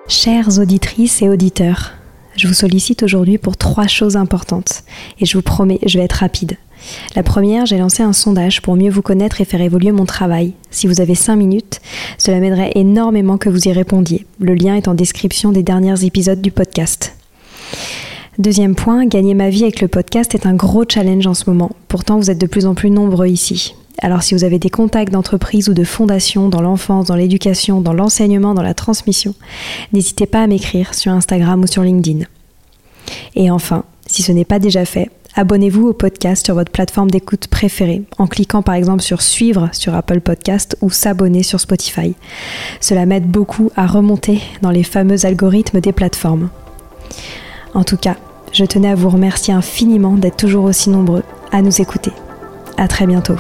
Chères auditrices et auditeurs, je vous sollicite aujourd'hui pour 3 choses importantes et je vous promets, je vais être rapide. La première, j'ai lancé un sondage pour mieux vous connaître et faire évoluer mon travail. Si vous avez 5 minutes, cela m'aiderait énormément que vous y répondiez. Le lien est en description des derniers épisodes du podcast. Deuxième point, gagner ma vie avec le podcast est un gros challenge en ce moment. Pourtant, vous êtes de plus en plus nombreux ici. Alors si vous avez des contacts d'entreprises ou de fondations dans l'enfance, dans l'éducation, dans l'enseignement, dans la transmission, n'hésitez pas à m'écrire sur Instagram ou sur LinkedIn. Et enfin, si ce n'est pas déjà fait, abonnez-vous au podcast sur votre plateforme d'écoute préférée en cliquant par exemple sur suivre sur Apple Podcast ou s'abonner sur Spotify. Cela m'aide beaucoup à remonter dans les fameux algorithmes des plateformes. En tout cas, je tenais à vous remercier infiniment d'être toujours aussi nombreux à nous écouter. À très bientôt.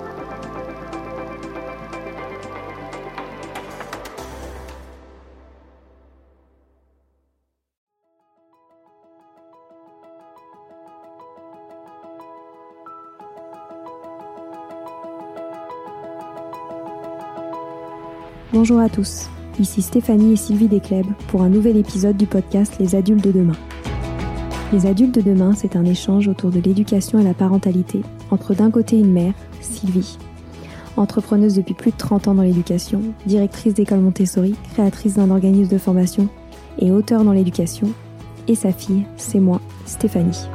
Bonjour à tous, ici Stéphanie et Sylvie Descleb pour un nouvel épisode du podcast Les Adultes de demain. Les Adultes de demain, c'est un échange autour de l'éducation et la parentalité entre d'un côté une mère, Sylvie, entrepreneuse depuis plus de 30 ans dans l'éducation, directrice d'école Montessori, créatrice d'un organisme de formation et auteure dans l'éducation, et sa fille, c'est moi, Stéphanie.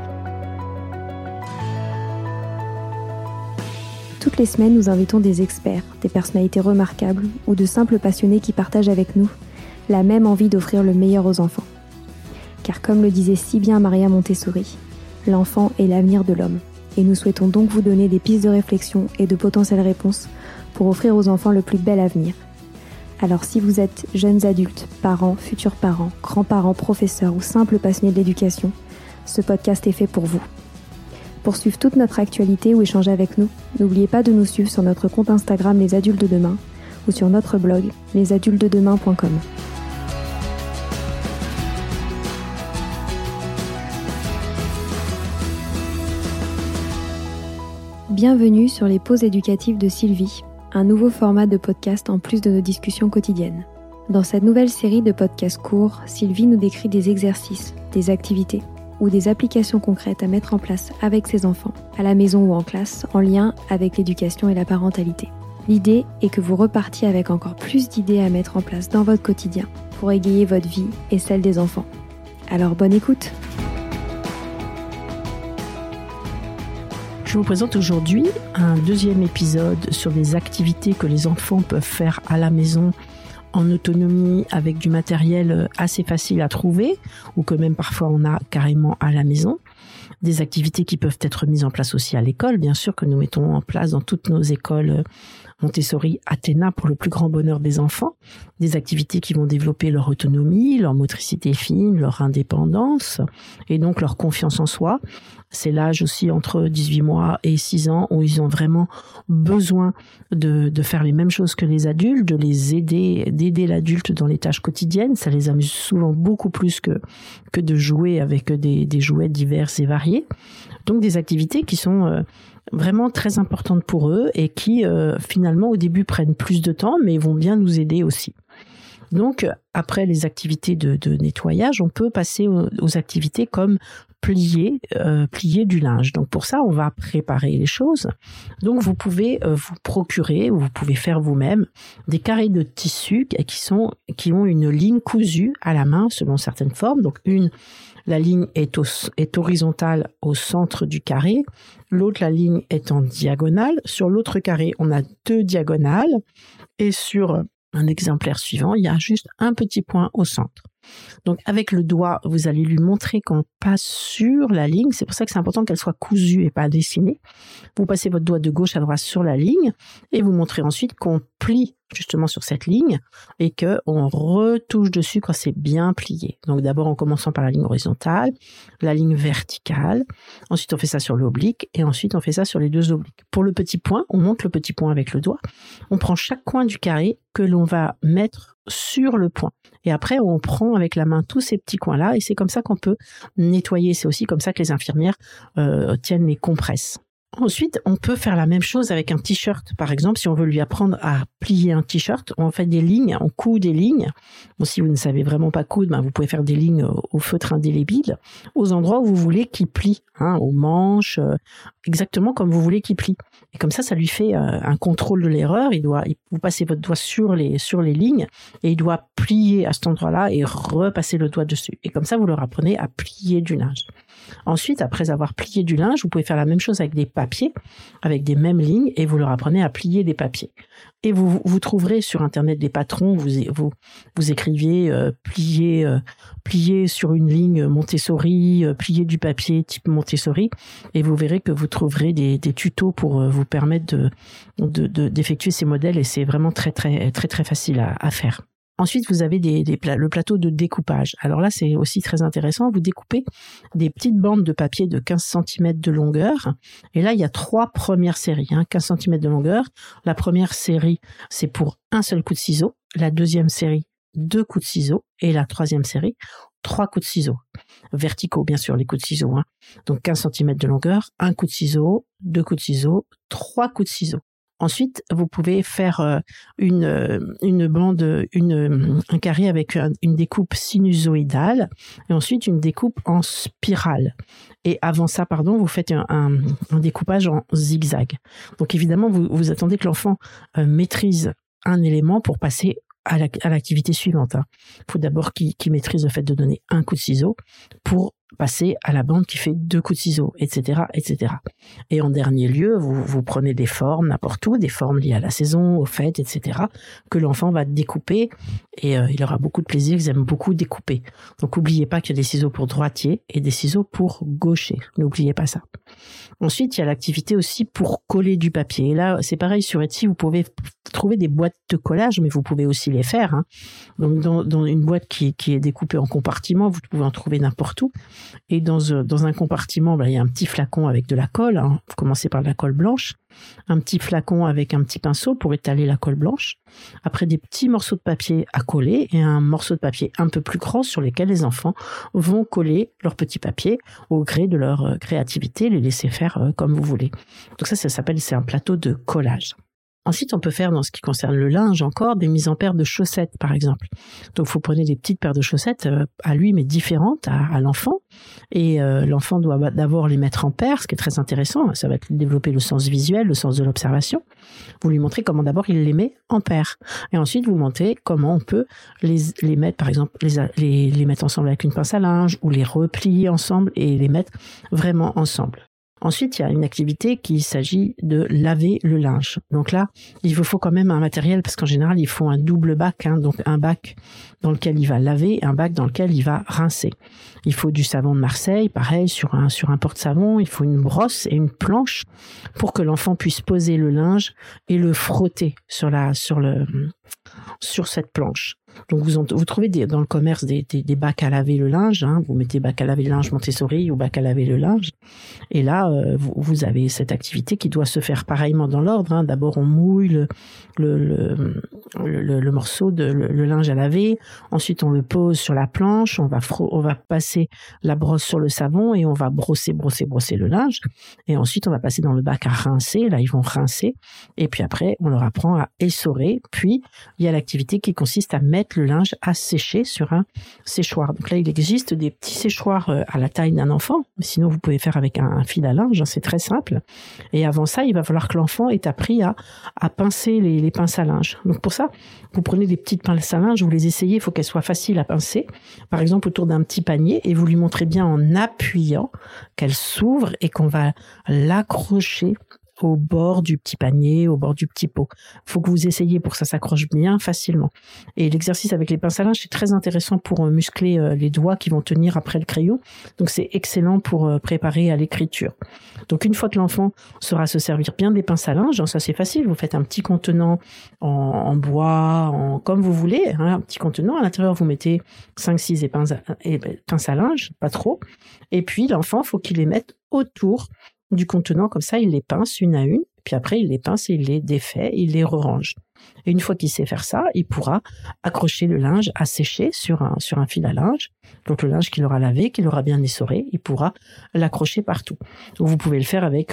Toutes les semaines, nous invitons des experts, des personnalités remarquables ou de simples passionnés qui partagent avec nous la même envie d'offrir le meilleur aux enfants. Car comme le disait si bien Maria Montessori, l'enfant est l'avenir de l'homme. Et nous souhaitons donc vous donner des pistes de réflexion et de potentielles réponses pour offrir aux enfants le plus bel avenir. Alors si vous êtes jeunes adultes, parents, futurs parents, grands-parents, professeurs ou simples passionnés de l'éducation, ce podcast est fait pour vous. Pour suivre toute notre actualité ou échanger avec nous, n'oubliez pas de nous suivre sur notre compte Instagram Les Adultes de Demain ou sur notre blog lesadultesdedemain.com. Bienvenue sur les pauses éducatives de Sylvie, un nouveau format de podcast en plus de nos discussions quotidiennes. Dans cette nouvelle série de podcasts courts, Sylvie nous décrit des exercices, des activités ou des applications concrètes à mettre en place avec ses enfants, à la maison ou en classe, en lien avec l'éducation et la parentalité. L'idée est que vous repartiez avec encore plus d'idées à mettre en place dans votre quotidien pour égayer votre vie et celle des enfants. Alors bonne écoute! Je vous présente aujourd'hui un deuxième épisode sur des activités que les enfants peuvent faire à la maison en autonomie avec du matériel assez facile à trouver ou que même parfois on a carrément à la maison. Des activités qui peuvent être mises en place aussi à l'école, bien sûr que nous mettons en place dans toutes nos écoles Montessori, Athéna pour le plus grand bonheur des enfants. Des activités qui vont développer leur autonomie, leur motricité fine, leur indépendance et donc leur confiance en soi. C'est l'âge aussi entre 18 mois et 6 ans où ils ont vraiment besoin de faire les mêmes choses que les adultes, de les aider, d'aider l'adulte dans les tâches quotidiennes. Ça les amuse souvent beaucoup plus que de jouer avec des jouets divers et variés. Donc des activités qui sont vraiment très importantes pour eux et qui finalement au début prennent plus de temps mais vont bien nous aider aussi. Donc après les activités de nettoyage, on peut passer aux activités comme plier du linge. Donc pour ça, on va préparer les choses. Donc vous pouvez vous procurer, ou vous pouvez faire vous-même des carrés de tissu qui ont une ligne cousue à la main selon certaines formes. Donc la ligne est horizontale au centre du carré, l'autre la ligne est en diagonale. Sur l'autre carré, on a 2 diagonales et sur un exemplaire suivant, il y a juste un petit point au centre. Donc avec le doigt, vous allez lui montrer qu'on passe sur la ligne. C'est pour ça que c'est important qu'elle soit cousue et pas dessinée. Vous passez votre doigt de gauche à droite sur la ligne et vous montrez ensuite qu'on plie justement sur cette ligne et qu'on retouche dessus quand c'est bien plié. Donc d'abord en commençant par la ligne horizontale, la ligne verticale, ensuite on fait ça sur l'oblique et ensuite on fait ça sur les 2 obliques. Pour le petit point, on monte le petit point avec le doigt, on prend chaque coin du carré que l'on va mettre sur le point. Et après, on prend avec la main tous ces petits coins-là et c'est comme ça qu'on peut nettoyer. C'est aussi comme ça que les infirmières tiennent les compresses. Ensuite, on peut faire la même chose avec un t-shirt. Par exemple, si on veut lui apprendre à plier un t-shirt, on fait des lignes, on coud des lignes. Bon, si vous ne savez vraiment pas coudre, vous pouvez faire des lignes au feutre indélébile aux endroits où vous voulez qu'il plie, aux manches, exactement comme vous voulez qu'il plie. Et comme ça lui fait un contrôle de l'erreur. Vous passez votre doigt sur les lignes et il doit plier à cet endroit-là et repasser le doigt dessus. Et comme ça, vous leur apprenez à plier du linge. Ensuite, après avoir plié du linge, vous pouvez faire la même chose avec des papiers, avec des mêmes lignes, et vous leur apprenez à plier des papiers. Et vous trouverez sur Internet des patrons, vous écriviez plier sur une ligne Montessori, plier du papier type Montessori, et vous verrez que vous trouverez des tutos pour vous permettre d'effectuer ces modèles, et c'est vraiment très très très très facile à faire. Ensuite, vous avez le plateau de découpage. Alors là, c'est aussi très intéressant. Vous découpez des petites bandes de papier de 15 cm de longueur. Et là, il y a 3 premières séries, 15 cm de longueur. La première série, c'est pour un seul coup de ciseau. La deuxième série, 2 coups de ciseau. Et la troisième série, 3 coups de ciseau. Verticaux, bien sûr, les coups de ciseau. Donc 15 cm de longueur, 1 coup de ciseau, 2 coups de ciseau, 3 coups de ciseau. Ensuite, vous pouvez faire une bande, un carré avec une découpe sinusoïdale et ensuite une découpe en spirale. Et avant ça, vous faites un découpage en zigzag. Donc évidemment, vous attendez que l'enfant maîtrise un élément pour passer à l'activité suivante. Il faut d'abord qu'il maîtrise le fait de donner un coup de ciseau pour passer à la bande qui fait 2 coups de ciseau, etc., etc. Et en dernier lieu, vous prenez des formes n'importe où, des formes liées à la saison, aux fêtes, etc., que l'enfant va découper et il aura beaucoup de plaisir, ils aiment beaucoup découper. Donc n'oubliez pas qu'il y a des ciseaux pour droitier et des ciseaux pour gaucher. N'oubliez pas ça. Ensuite, il y a l'activité aussi pour coller du papier. Et là, c'est pareil, sur Etsy, vous pouvez trouver des boîtes de collage, mais vous pouvez aussi les faire. Donc, dans une boîte qui est découpée en compartiments, vous pouvez en trouver n'importe où. Et dans un compartiment, il y a un petit flacon avec de la colle. Vous commencez par de la colle blanche. Un petit flacon avec un petit pinceau pour étaler la colle blanche. Après, des petits morceaux de papier à coller et un morceau de papier un peu plus grand sur lesquels les enfants vont coller leur petit papier au gré de leur créativité, les laisser faire comme vous voulez. Donc c'est un plateau de collage. Ensuite, on peut faire, dans ce qui concerne le linge encore, des mises en paire de chaussettes, par exemple. Donc, vous prenez des petites paires de chaussettes à lui, mais différentes à l'enfant. Et l'enfant doit d'abord les mettre en paire, ce qui est très intéressant. Ça va développer le sens visuel, le sens de l'observation. Vous lui montrez comment d'abord il les met en paire. Et ensuite, vous montrez comment on peut les mettre, par exemple, les mettre ensemble avec une pince à linge, ou les replier ensemble et les mettre vraiment ensemble. Ensuite, il y a une activité qui s'agit de laver le linge. Donc là, il vous faut quand même un matériel parce qu'en général, il faut un double bac, donc un bac dans lequel il va laver et un bac dans lequel il va rincer. Il faut du savon de Marseille, pareil, sur un porte-savon. Il faut une brosse et une planche pour que l'enfant puisse poser le linge et le frotter sur cette planche. Donc vous trouvez dans le commerce des bacs à laver le linge, vous mettez bac à laver le linge Montessori ou bac à laver le linge, et là vous avez cette activité qui doit se faire pareillement dans l'ordre. D'abord on mouille le morceau le linge à laver, ensuite on le pose sur la planche, on va passer la brosse sur le savon et on va brosser le linge, et ensuite on va passer dans le bac à rincer. Là ils vont rincer, et puis après on leur apprend à essorer. Puis il y a l'activité qui consiste à mettre le linge à sécher sur un séchoir. Donc là, il existe des petits séchoirs à la taille d'un enfant, mais sinon vous pouvez faire avec un fil à linge, c'est très simple. Et avant ça, il va falloir que l'enfant ait appris à pincer les pinces à linge. Donc pour ça, vous prenez des petites pinces à linge, vous les essayez, il faut qu'elles soient faciles à pincer, par exemple autour d'un petit panier, et vous lui montrez bien en appuyant qu'elle s'ouvre et qu'on va l'accrocher au bord du petit panier, au bord du petit pot. Il faut que vous essayiez pour que ça s'accroche bien facilement. Et l'exercice avec les pinces à linge, c'est très intéressant pour muscler les doigts qui vont tenir après le crayon. Donc c'est excellent pour préparer à l'écriture. Donc une fois que l'enfant saura se servir bien des pinces à linge, ça c'est facile, vous faites un petit contenant en bois, comme vous voulez, un petit contenant. À l'intérieur, vous mettez 5-6 pinces à linge, pas trop. Et puis l'enfant, faut qu'il les mette autour du contenant, comme ça il les pince une à une, puis après il les pince et il les défait, il les rerange. Et une fois qu'il sait faire ça, il pourra accrocher le linge à sécher sur un fil à linge. Donc le linge qu'il aura lavé, qu'il aura bien essoré, il pourra l'accrocher partout. Donc vous pouvez le faire avec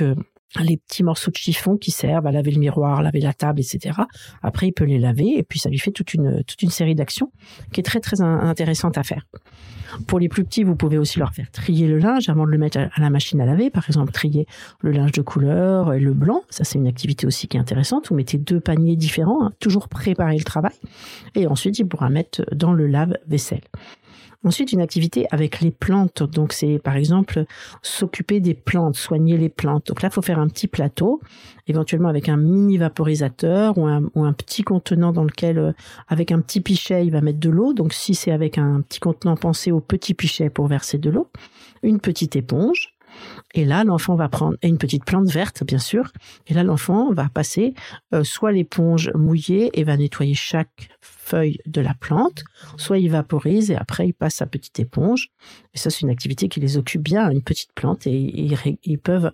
les petits morceaux de chiffon qui servent à laver le miroir, laver la table, etc. Après, il peut les laver et puis ça lui fait toute une série d'actions qui est très, très intéressante à faire. Pour les plus petits, vous pouvez aussi leur faire trier le linge avant de le mettre à la machine à laver. Par exemple, trier le linge de couleur et le blanc. Ça, c'est une activité aussi qui est intéressante. Vous mettez 2 paniers différents, toujours préparer le travail. Et ensuite, il pourra mettre dans le lave-vaisselle. Ensuite, une activité avec les plantes. Donc, c'est par exemple s'occuper des plantes, soigner les plantes. Donc là, il faut faire un petit plateau, éventuellement avec un mini vaporisateur ou un petit contenant dans lequel, avec un petit pichet, il va mettre de l'eau. Donc, si c'est avec un petit contenant, pensez au petit pichet pour verser de l'eau. Une petite éponge. Et là, l'enfant va prendre une petite plante verte, bien sûr. Et là, l'enfant va passer soit l'éponge mouillée et va nettoyer chaque feuille de la plante, soit il vaporise et après il passe sa petite éponge. Et ça, c'est une activité qui les occupe bien, une petite plante, et ils peuvent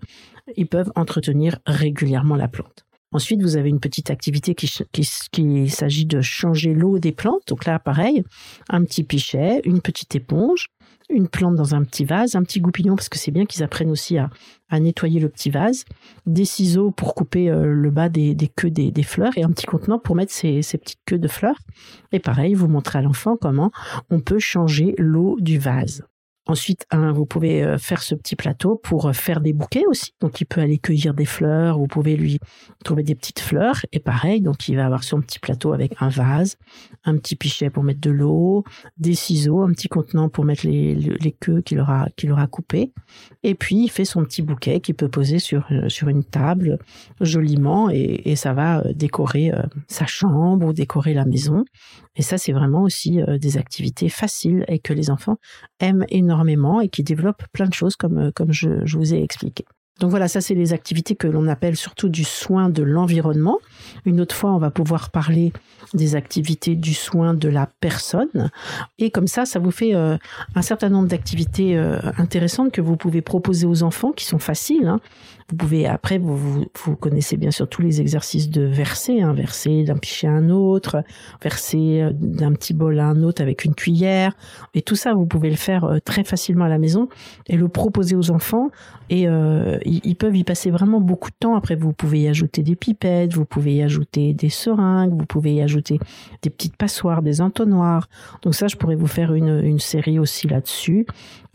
entretenir régulièrement la plante. Ensuite, vous avez une petite activité qui s'agit de changer l'eau des plantes. Donc là, pareil, un petit pichet, une petite éponge, une plante dans un petit vase, un petit goupillon, parce que c'est bien qu'ils apprennent aussi à nettoyer le petit vase, des ciseaux pour couper le bas des queues des fleurs et un petit contenant pour mettre ces petites queues de fleurs. Et pareil, vous montrez à l'enfant comment on peut changer l'eau du vase. Ensuite, vous pouvez faire ce petit plateau pour faire des bouquets aussi. Donc, il peut aller cueillir des fleurs. Vous pouvez lui trouver des petites fleurs. Et pareil, donc il va avoir son petit plateau avec un vase, un petit pichet pour mettre de l'eau, des ciseaux, un petit contenant pour mettre les queues qu'il aura coupées. Et puis, il fait son petit bouquet qu'il peut poser sur une table joliment et ça va décorer sa chambre ou décorer la maison. Et ça, c'est vraiment aussi des activités faciles et que les enfants aiment énormément et qui développent plein de choses comme je vous ai expliqué. Donc voilà, ça c'est les activités que l'on appelle surtout du soin de l'environnement. Une autre fois, on va pouvoir parler des activités du soin de la personne. Et comme ça vous fait un certain nombre d'activités intéressantes que vous pouvez proposer aux enfants, qui sont faciles, hein. Vous pouvez, après, vous connaissez bien sûr tous les exercices de verser, hein, verser d'un pichet à un autre, verser d'un petit bol à un autre avec une cuillère. Et tout ça, vous pouvez le faire très facilement à la maison et le proposer aux enfants. Et ils peuvent y passer vraiment beaucoup de temps. Après, vous pouvez y ajouter des pipettes, vous pouvez y ajouter des seringues, vous pouvez y ajouter des petites passoires, des entonnoirs. Donc ça, je pourrais vous faire une série aussi là-dessus,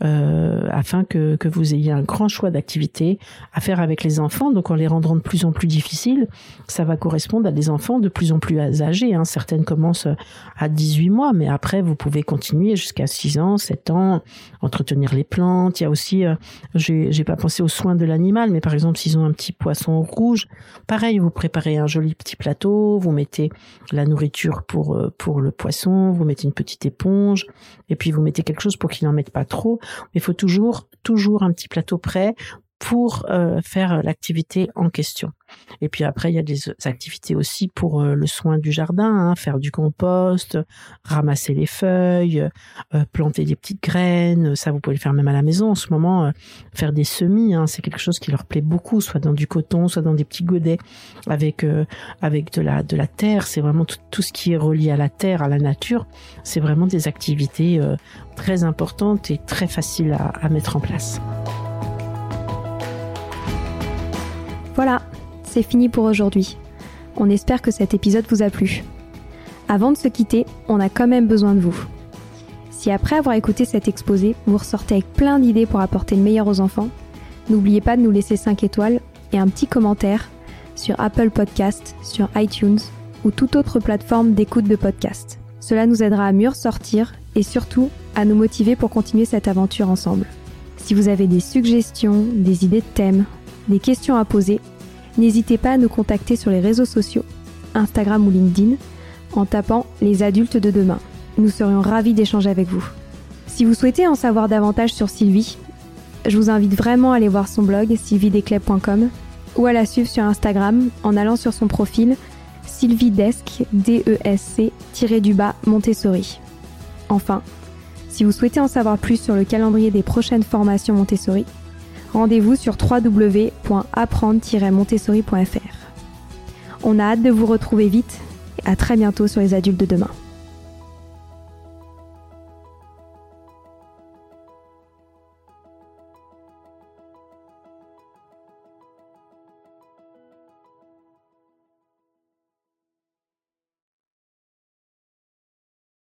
afin que vous ayez un grand choix d'activités à faire avec les enfants. Donc en les rendant de plus en plus difficiles, ça va correspondre à des enfants de plus en plus âgés, hein. Certaines commencent à 18 mois, mais après vous pouvez continuer jusqu'à 6 ans, 7 ans, entretenir les plantes. Il y a aussi, j'ai pas pensé aux soins de l'animal, mais par exemple s'ils ont un petit poisson rouge, pareil, vous préparez un joli petit plateau, vous mettez la nourriture pour le poisson, vous mettez une petite éponge, et puis vous mettez quelque chose pour qu'il n'en mette pas trop. Mais il faut toujours un petit plateau prêt pour faire l'activité en question. Et puis après, il y a des activités aussi pour le soin du jardin, hein, faire du compost, ramasser les feuilles, planter des petites graines. Ça, vous pouvez le faire même à la maison. En ce moment, faire des semis, hein, c'est quelque chose qui leur plaît beaucoup, soit dans du coton, soit dans des petits godets avec de la terre. C'est vraiment tout ce qui est relié à la terre, à la nature. C'est vraiment des activités très importantes et très faciles à mettre en place. Voilà, c'est fini pour aujourd'hui. On espère que cet épisode vous a plu. Avant de se quitter, on a quand même besoin de vous. Si après avoir écouté cet exposé, vous ressortez avec plein d'idées pour apporter le meilleur aux enfants, n'oubliez pas de nous laisser 5 étoiles et un petit commentaire sur Apple Podcast, sur iTunes ou toute autre plateforme d'écoute de podcast. Cela nous aidera à mieux ressortir et surtout à nous motiver pour continuer cette aventure ensemble. Si vous avez des suggestions, des idées de thèmes, des questions à poser, n'hésitez pas à nous contacter sur les réseaux sociaux, Instagram ou LinkedIn, en tapant « Les adultes de demain ». Nous serions ravis d'échanger avec vous. Si vous souhaitez en savoir davantage sur Sylvie, je vous invite vraiment à aller voir son blog sylviedesclés.com ou à la suivre sur Instagram en allant sur son profil sylviedesc, DESC-Montessori. Enfin, si vous souhaitez en savoir plus sur le calendrier des prochaines formations Montessori, rendez-vous sur www.apprendre-montessori.fr. On a hâte de vous retrouver vite et à très bientôt sur les adultes de demain.